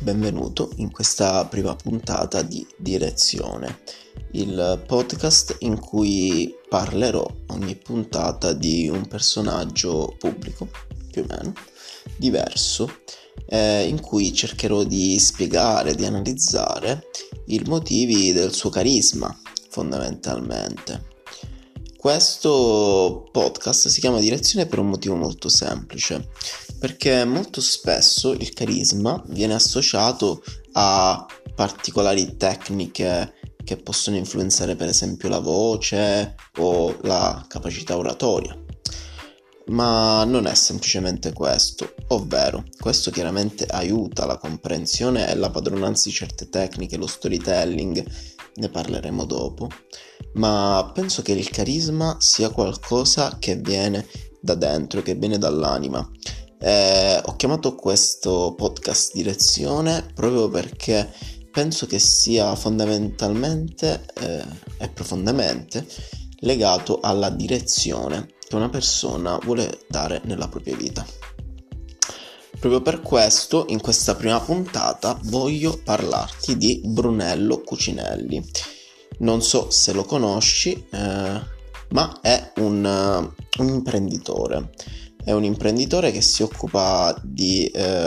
benvenuto in questa prima puntata di Direzione, il podcast in cui parlerò ogni puntata di un personaggio pubblico, più o meno, diverso, in cui cercherò di spiegare, di analizzare i motivi del suo carisma, fondamentalmente. Questo podcast si chiama Direzione per un motivo molto semplice, perché molto spesso il carisma viene associato a particolari tecniche che possono influenzare per esempio la voce o la capacità oratoria. Ma non è semplicemente questo, ovvero questo chiaramente aiuta la comprensione e la padronanza di certe tecniche, lo storytelling, ne parleremo dopo, ma penso che il carisma sia qualcosa che viene da dentro, che viene dall'anima. Ho chiamato questo podcast Direzione proprio perché penso che sia fondamentalmente e profondamente legato alla direzione che una persona vuole dare nella propria vita. Proprio per questo, in questa prima puntata, voglio parlarti di Brunello Cucinelli. Non so se lo conosci, ma è un imprenditore. È un imprenditore che si occupa di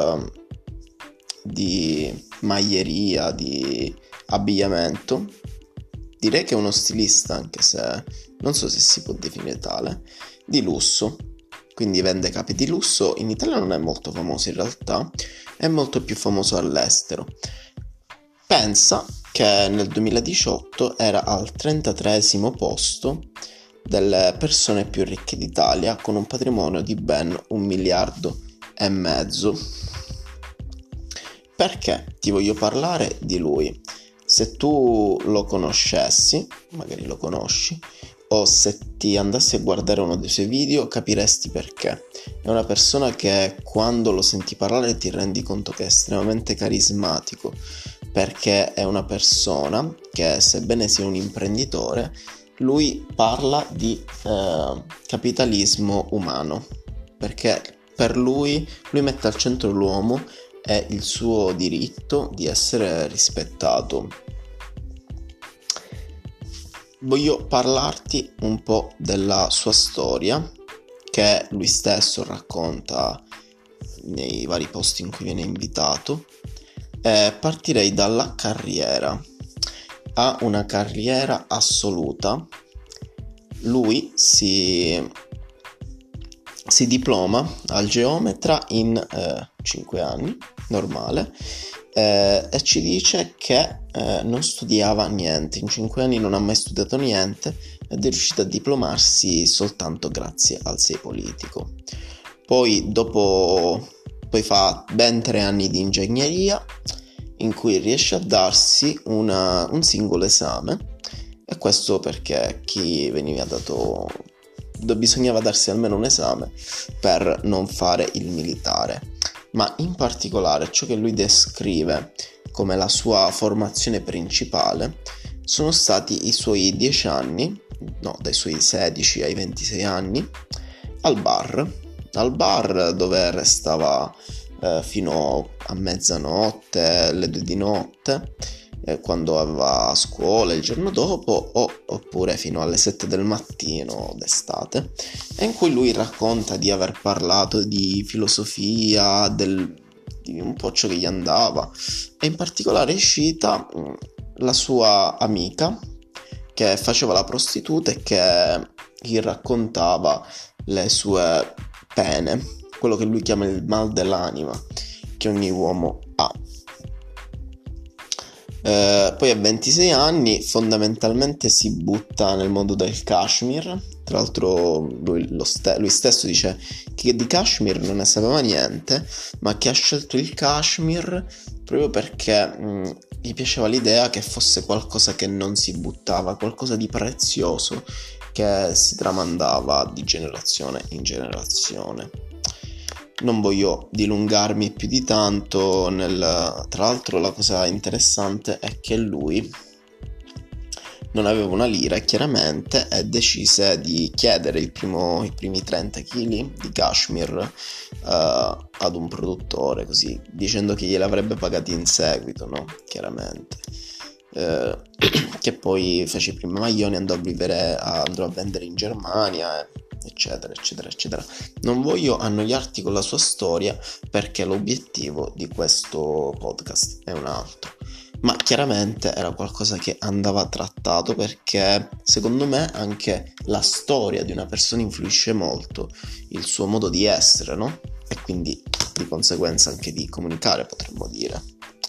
maglieria, di abbigliamento. Direi che è uno stilista, anche se non so se si può definire tale, di lusso. Quindi vende capi di lusso. In Italia non è molto famoso in realtà, è molto più famoso all'estero. Pensa che nel 2018 era al 33esimo posto delle persone più ricche d'Italia, con un patrimonio di ben 1,5 miliardi. Perché ti voglio parlare di lui? Se tu lo conoscessi, magari lo conosci, o se ti andassi a guardare uno dei suoi video capiresti perché. È una persona che quando lo senti parlare ti rendi conto che è estremamente carismatico, perché è una persona che, sebbene sia un imprenditore, lui parla di capitalismo umano, perché per lui mette al centro l'uomo e il suo diritto di essere rispettato. Voglio parlarti un po' della sua storia, che lui stesso racconta nei vari posti in cui viene invitato. Partirei dalla carriera. Ha una carriera assoluta. Lui si diploma al geometra in 5 anni, normale, e ci dice che non studiava niente, in 5 anni non ha mai studiato niente ed è riuscito a diplomarsi soltanto grazie al sei politico. Poi fa ben 3 anni di ingegneria, in cui riesce a darsi un singolo esame, e questo perché bisognava darsi almeno un esame per non fare il militare. Ma in particolare ciò che lui descrive come la sua formazione principale sono stati i suoi 10 anni, dai suoi 16 ai 26 anni, al bar dove restava fino a mezzanotte, le 2 di notte, quando aveva scuola il giorno dopo, oppure fino alle 7 del mattino d'estate, e in cui lui racconta di aver parlato di filosofia, di un po' ciò che gli andava, e in particolare è cita la sua amica che faceva la prostituta e che gli raccontava le sue pene, quello che lui chiama il mal dell'anima che ogni uomo ha. Poi a 26 anni fondamentalmente si butta nel mondo del Kashmir. Tra l'altro lui stesso dice che di Kashmir non ne sapeva niente, ma che ha scelto il Kashmir proprio perché gli piaceva l'idea che fosse qualcosa che non si buttava, qualcosa di prezioso che si tramandava di generazione in generazione. Non voglio dilungarmi più di tanto tra l'altro la cosa interessante è che lui non aveva una lira e chiaramente decise di chiedere i primi 30 kg di Kashmir ad un produttore, così, dicendo che glieli avrebbe pagati in seguito, no? Chiaramente. Che poi fece i primi maglioni, andrò a vendere in Germania, eccetera, eccetera, eccetera. Non voglio annoiarti con la sua storia, perché l'obiettivo di questo podcast è un altro. Ma chiaramente era qualcosa che andava trattato, perché secondo me anche la storia di una persona influisce molto il suo modo di essere, no? E quindi di conseguenza anche di comunicare, potremmo dire.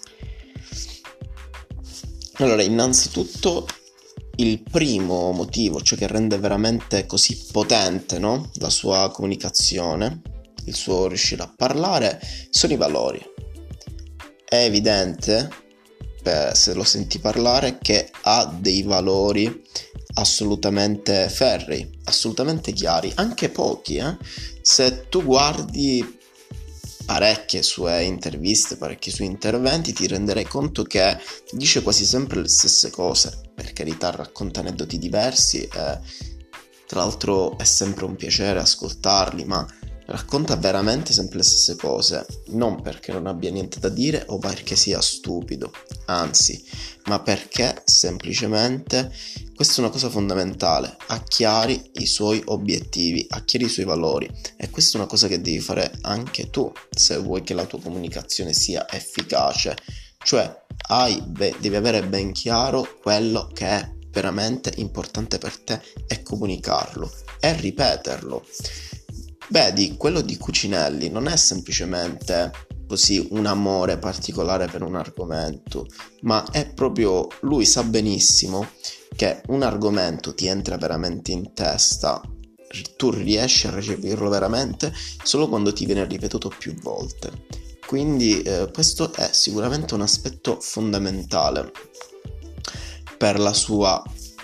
Allora, innanzitutto il primo motivo, ciò che rende veramente così potente, no? La sua comunicazione, il suo riuscire a parlare, sono i valori. È evidente, se lo senti parlare, che ha dei valori assolutamente ferrei, assolutamente chiari, anche pochi. Se tu guardi parecchie sue interviste, parecchi suoi interventi, ti renderai conto che dice quasi sempre le stesse cose. Per carità, racconta aneddoti diversi, tra l'altro è sempre un piacere ascoltarli, ma racconta veramente sempre le stesse cose, non perché non abbia niente da dire o perché sia stupido, anzi, ma perché semplicemente questa è una cosa fondamentale: ha chiari i suoi obiettivi, ha chiari i suoi valori, e questa è una cosa che devi fare anche tu se vuoi che la tua comunicazione sia efficace, cioè devi avere ben chiaro quello che è veramente importante per te e comunicarlo e ripeterlo. Vedi, quello di Cucinelli non è semplicemente così un amore particolare per un argomento, ma è proprio, lui sa benissimo che un argomento ti entra veramente in testa, tu riesci a recepirlo veramente solo quando ti viene ripetuto più volte. Quindi questo è sicuramente un aspetto fondamentale per la sua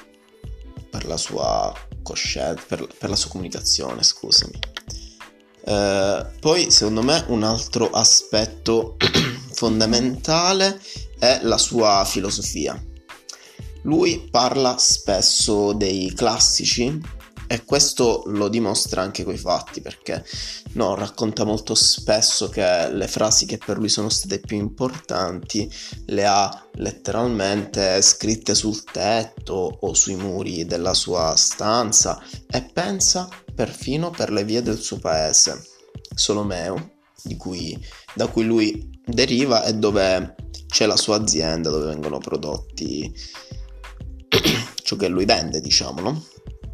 coscienza, per la sua comunicazione, scusami. Poi secondo me un altro aspetto fondamentale è la sua filosofia. Lui parla spesso dei classici, e questo lo dimostra anche coi fatti, perché racconta molto spesso che le frasi che per lui sono state più importanti le ha letteralmente scritte sul tetto o sui muri della sua stanza, e pensa perfino per le vie del suo paese, Solomeo, da cui lui deriva e dove c'è la sua azienda, dove vengono prodotti ciò che lui vende, diciamo, no?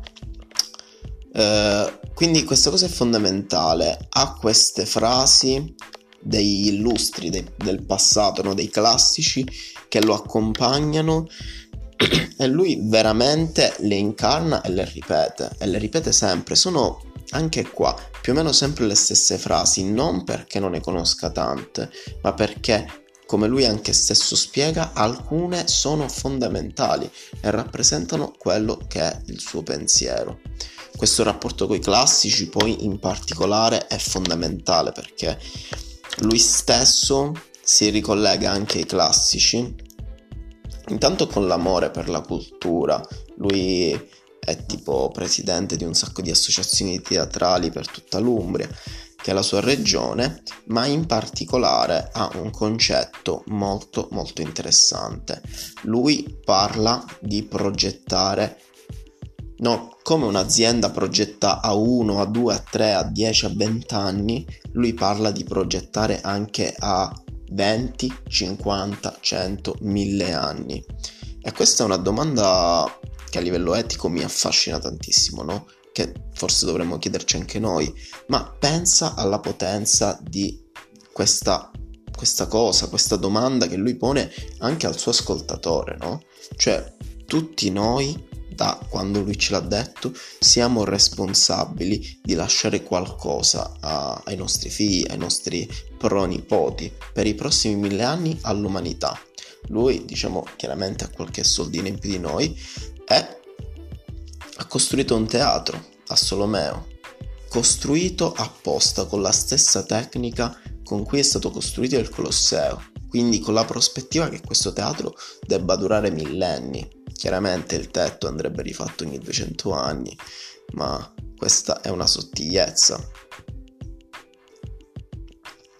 Quindi questa cosa è fondamentale. Ha queste frasi degli illustri del passato, no? Dei classici che lo accompagnano, e lui veramente le incarna e le ripete sempre. Sono anche qua più o meno sempre le stesse frasi, non perché non ne conosca tante, ma perché, come lui anche stesso spiega, alcune sono fondamentali e rappresentano quello che è il suo pensiero. Questo rapporto coi classici poi in particolare è fondamentale, perché lui stesso si ricollega anche ai classici, intanto con l'amore per la cultura. Lui è tipo presidente di un sacco di associazioni teatrali per tutta l'Umbria, che è la sua regione, ma in particolare ha un concetto molto molto interessante. Lui parla di progettare, come un'azienda progetta a 1, a 2, a 3, a 10, a 20 anni, lui parla di progettare anche a 20, 50, 100, 1000 anni. E questa è una domanda che a livello etico mi affascina tantissimo, no? Che forse dovremmo chiederci anche noi. Ma pensa alla potenza di questa cosa, questa domanda che lui pone anche al suo ascoltatore, no? Cioè, tutti noi, da quando lui ce l'ha detto, siamo responsabili di lasciare qualcosa ai nostri figli, ai nostri pronipoti, per i prossimi 1000 anni all'umanità. Lui, diciamo, chiaramente ha qualche soldino in più di noi e ha costruito un teatro a Solomeo, costruito apposta con la stessa tecnica con cui è stato costruito il Colosseo, quindi con la prospettiva che questo teatro debba durare millenni. Chiaramente il tetto andrebbe rifatto ogni 200 anni, ma questa è una sottigliezza.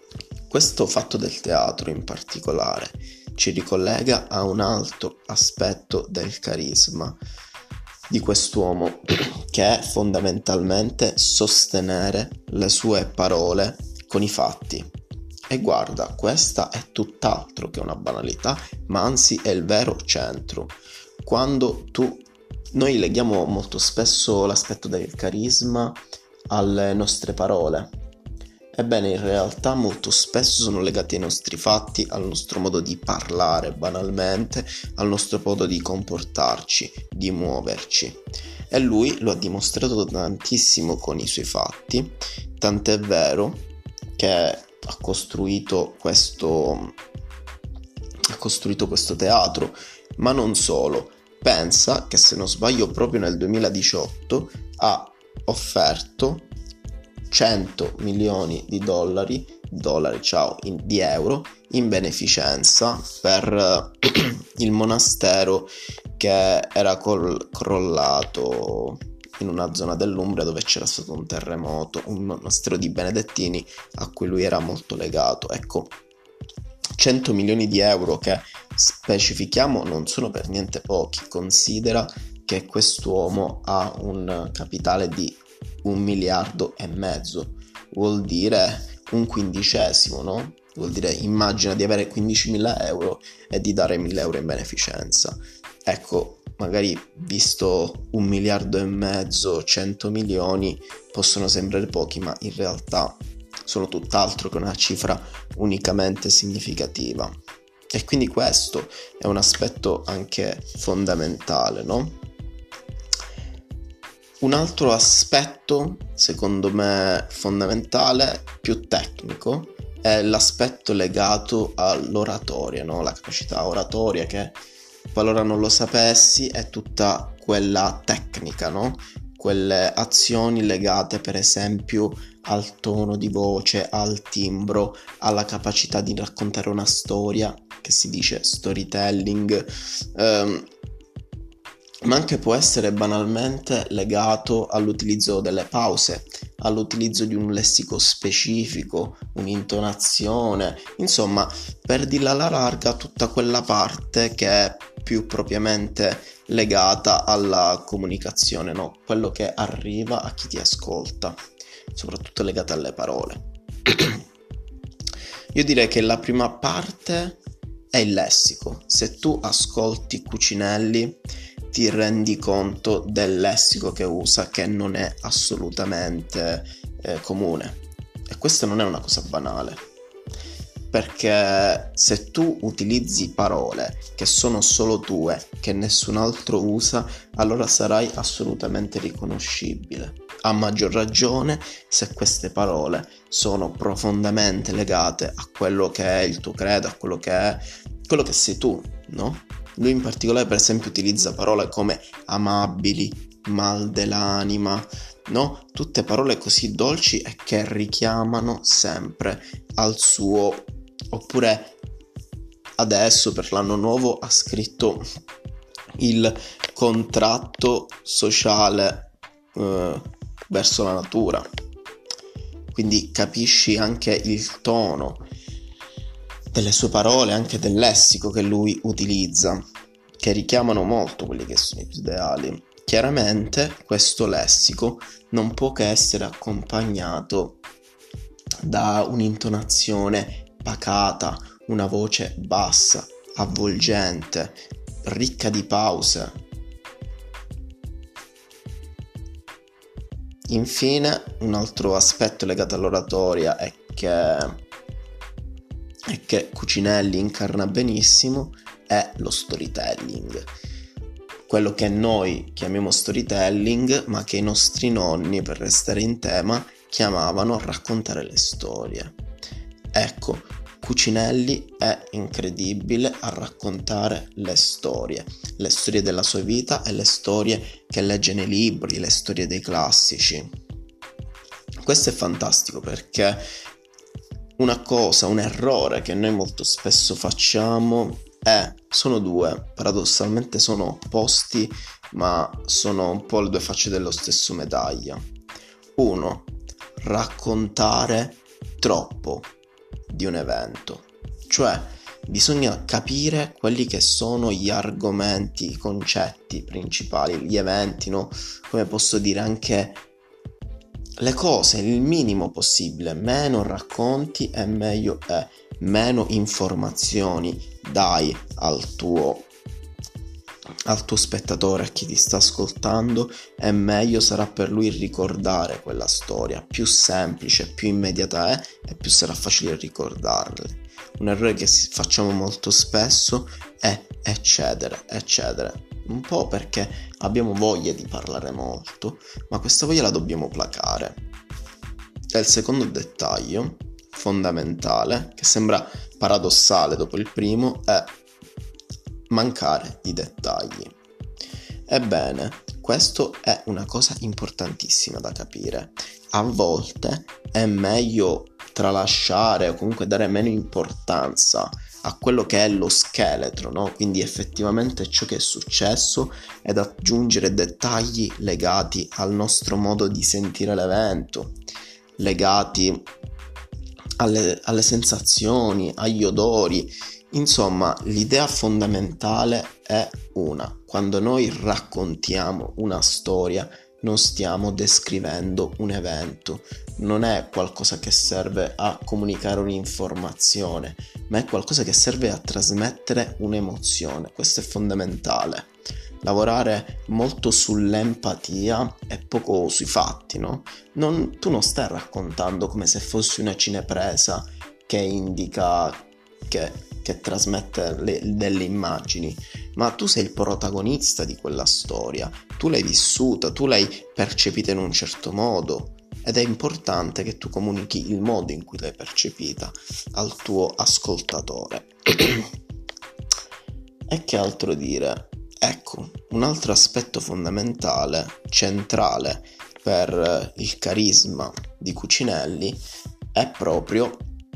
Questo fatto del teatro in particolare ci ricollega a un altro aspetto del carisma di quest'uomo, che è fondamentalmente sostenere le sue parole con i fatti. E guarda, questa è tutt'altro che una banalità, ma anzi è il vero centro. Noi leghiamo molto spesso l'aspetto del carisma alle nostre parole. Ebbene, in realtà molto spesso sono legati ai nostri fatti, al nostro modo di parlare banalmente, al nostro modo di comportarci, di muoverci. E lui lo ha dimostrato tantissimo con i suoi fatti, tant'è vero che ha costruito questo teatro, ma non solo. Pensa che, se non sbaglio, proprio nel 2018 ha offerto 100 milioni di euro in beneficenza per il monastero che era crollato in una zona dell'Umbria dove c'era stato un terremoto, un monastero di benedettini a cui lui era molto legato. Ecco, 100 milioni di euro che, specifichiamo, non sono per niente pochi. Considera che quest'uomo ha un capitale di 1,5 miliardi, vuol dire un quindicesimo, no? Vuol dire, immagina di avere 15.000 euro e di dare 1.000 euro in beneficenza. Ecco, magari visto 1,5 miliardi, 100 milioni possono sembrare pochi, ma in realtà sono tutt'altro che una cifra unicamente significativa. E quindi questo è un aspetto anche fondamentale, no? Un altro aspetto, secondo me fondamentale, più tecnico, è l'aspetto legato all'oratoria, no? La capacità oratoria che, qualora non lo sapessi, è tutta quella tecnica, no? Quelle azioni legate per esempio al tono di voce, al timbro, alla capacità di raccontare una storia, che si dice storytelling, ma anche può essere banalmente legato all'utilizzo delle pause, all'utilizzo di un lessico specifico, un'intonazione, insomma, per dirla alla larga, tutta quella parte che è più propriamente legata alla comunicazione, no? Quello che arriva a chi ti ascolta, soprattutto legata alle parole. Io direi che la prima parte è il lessico. Se tu ascolti Cucinelli ti rendi conto del lessico che usa, che non è assolutamente comune. E questa non è una cosa banale, perché se tu utilizzi parole che sono solo tue, che nessun altro usa, allora sarai assolutamente riconoscibile. A maggior ragione se queste parole sono profondamente legate a quello che è il tuo credo, a quello che sei tu, no? Lui in particolare, per esempio, utilizza parole come amabili, mal dell'anima, no? Tutte parole così dolci e che richiamano sempre al suo. Oppure adesso per l'anno nuovo ha scritto il contratto sociale verso la natura, quindi capisci anche il tono delle sue parole, anche del lessico che lui utilizza, che richiamano molto quelli che sono i suoi ideali. Chiaramente questo lessico non può che essere accompagnato da un'intonazione pacata, una voce bassa, avvolgente, ricca di pause. Infine, un altro aspetto legato all'oratoria è che Cucinelli incarna benissimo è lo storytelling. Quello che noi chiamiamo storytelling, ma che i nostri nonni, per restare in tema, chiamavano raccontare le storie. Ecco, Cucinelli è incredibile a raccontare le storie della sua vita e le storie che legge nei libri, le storie dei classici. Questo è fantastico, perché un errore che noi molto spesso facciamo sono due, paradossalmente sono opposti, ma sono un po' le due facce dello stesso medaglia. Uno, raccontare troppo, di un evento. Cioè, bisogna capire quelli che sono gli argomenti, i concetti principali, gli eventi, no? Come posso dire, anche le cose, il minimo possibile. Meno racconti e meglio è. Meno informazioni dai al tuo spettatore, a chi ti sta ascoltando, e meglio sarà per lui ricordare quella storia. Più semplice, più immediata è, e più sarà facile ricordarle. Un errore che facciamo molto spesso è eccedere. Un po' perché abbiamo voglia di parlare molto, ma questa voglia la dobbiamo placare. E il secondo dettaglio fondamentale, che sembra paradossale dopo il primo, è mancare di dettagli. Ebbene, questo è una cosa importantissima da capire. A volte è meglio tralasciare o comunque dare meno importanza a quello che è lo scheletro, no? Quindi effettivamente ciò che è successo, ed aggiungere dettagli legati al nostro modo di sentire l'evento, legati alle sensazioni, agli odori. Insomma, l'idea fondamentale è una: quando noi raccontiamo una storia non stiamo descrivendo un evento, non è qualcosa che serve a comunicare un'informazione, ma è qualcosa che serve a trasmettere un'emozione. Questo è fondamentale. Lavorare molto sull'empatia e poco sui fatti, no? Tu non stai raccontando come se fossi una cinepresa che indica, che trasmette delle immagini, ma tu sei il protagonista di quella storia, tu l'hai vissuta, tu l'hai percepita in un certo modo, ed è importante che tu comunichi il modo in cui l'hai percepita al tuo ascoltatore. E che altro dire? Ecco, un altro aspetto fondamentale, centrale per il carisma di Cucinelli è proprio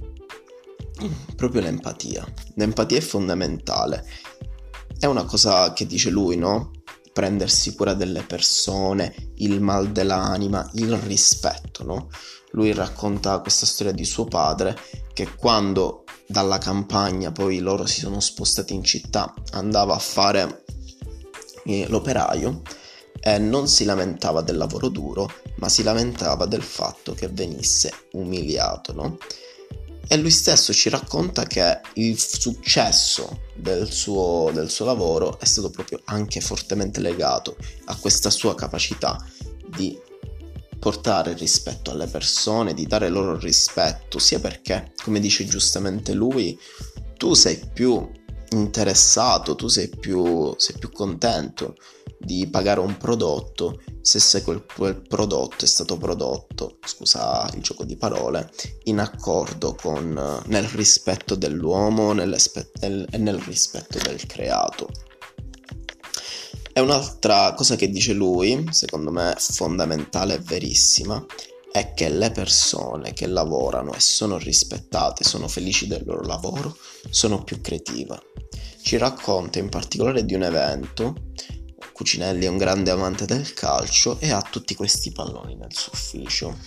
l'empatia. L'empatia è fondamentale. È una cosa che dice lui, no? Prendersi cura delle persone, il mal dell'anima, il rispetto, no? Lui racconta questa storia di suo padre, che quando dalla campagna poi loro si sono spostati in città, andava a fare l'operaio, e non si lamentava del lavoro duro, ma si lamentava del fatto che venisse umiliato, no? E lui stesso ci racconta che il successo del suo lavoro è stato proprio anche fortemente legato a questa sua capacità di portare rispetto alle persone, di dare loro rispetto, sia perché, come dice giustamente lui, tu sei più interessato, tu sei più contento di pagare un prodotto se quel prodotto è stato prodotto, scusa il gioco di parole, in accordo nel rispetto dell'uomo e nel rispetto del creato. E un'altra cosa che dice lui, secondo me fondamentale e verissima, è che le persone che lavorano e sono rispettate, sono felici del loro lavoro, sono più creative. Ci racconta in particolare di un evento. Cucinelli è un grande amante del calcio e ha tutti questi palloni nel suo ufficio.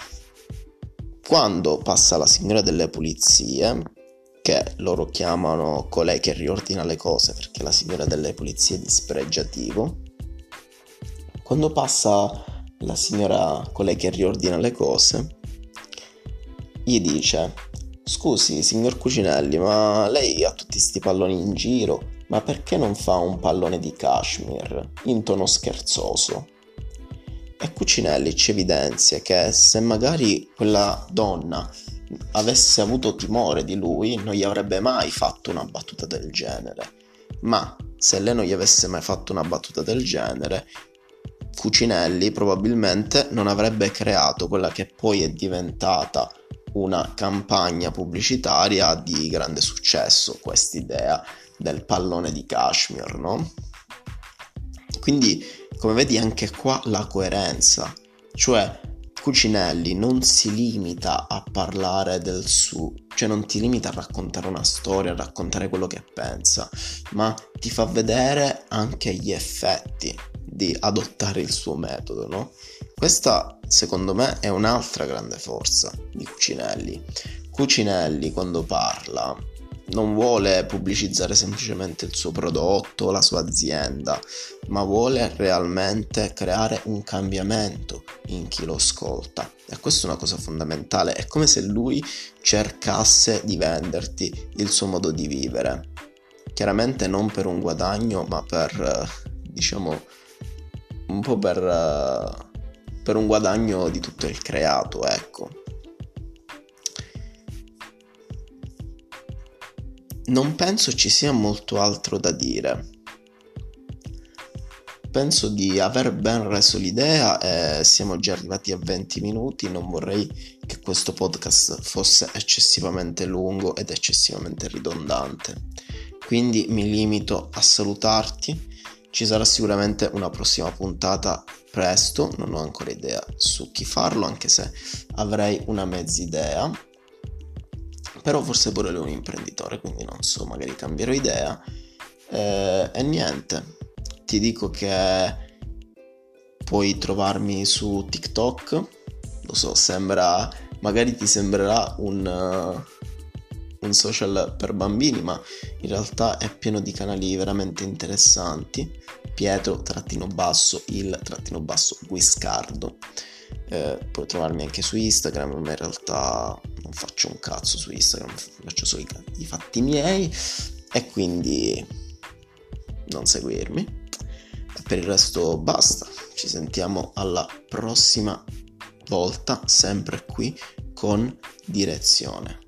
Quando passa la signora delle pulizie, che loro chiamano colei che riordina le cose, perché la signora delle pulizie è dispregiativo, quando passa la signora colei che riordina le cose, gli dice: scusi signor Cucinelli, ma lei ha tutti sti palloni in giro, ma perché non fa un pallone di cashmere, in tono scherzoso? E Cucinelli ci evidenzia che se magari quella donna avesse avuto timore di lui, non gli avrebbe mai fatto una battuta del genere. Ma se lei non gli avesse mai fatto una battuta del genere, Cucinelli probabilmente non avrebbe creato quella che poi è diventata una campagna pubblicitaria di grande successo, quest'idea del pallone di cashmere, no? Quindi, come vedi, anche qua la coerenza, cioè Cucinelli non si limita a parlare del suo, cioè non ti limita a raccontare una storia, a raccontare quello che pensa, ma ti fa vedere anche gli effetti di adottare il suo metodo, no? Questa, secondo me, è un'altra grande forza di Cucinelli. Cucinelli, quando parla, non vuole pubblicizzare semplicemente il suo prodotto, la sua azienda, ma vuole realmente creare un cambiamento in chi lo ascolta. E questa è una cosa fondamentale. È come se lui cercasse di venderti il suo modo di vivere. Chiaramente non per un guadagno, ma per, diciamo, un po' per un guadagno di tutto il creato, ecco. Non penso ci sia molto altro da dire. Penso di aver ben reso l'idea e siamo già arrivati a 20 minuti. Non vorrei che questo podcast fosse eccessivamente lungo ed eccessivamente ridondante. Quindi mi limito a salutarti. Ci sarà sicuramente una prossima puntata presto. Non ho ancora idea su chi farlo, anche se avrei una mezza idea. Però forse pure lui è un imprenditore, quindi non so, magari cambierò idea. E niente, ti dico che puoi trovarmi su TikTok. Lo so, magari ti sembrerà un social per bambini, ma in realtà è pieno di canali veramente interessanti. Pietro_il_Guiscardo. Puoi trovarmi anche su Instagram, ma in realtà non faccio un cazzo su Instagram, faccio solo i fatti miei, e quindi non seguirmi. E per il resto basta, ci sentiamo alla prossima volta, sempre qui con Direzione.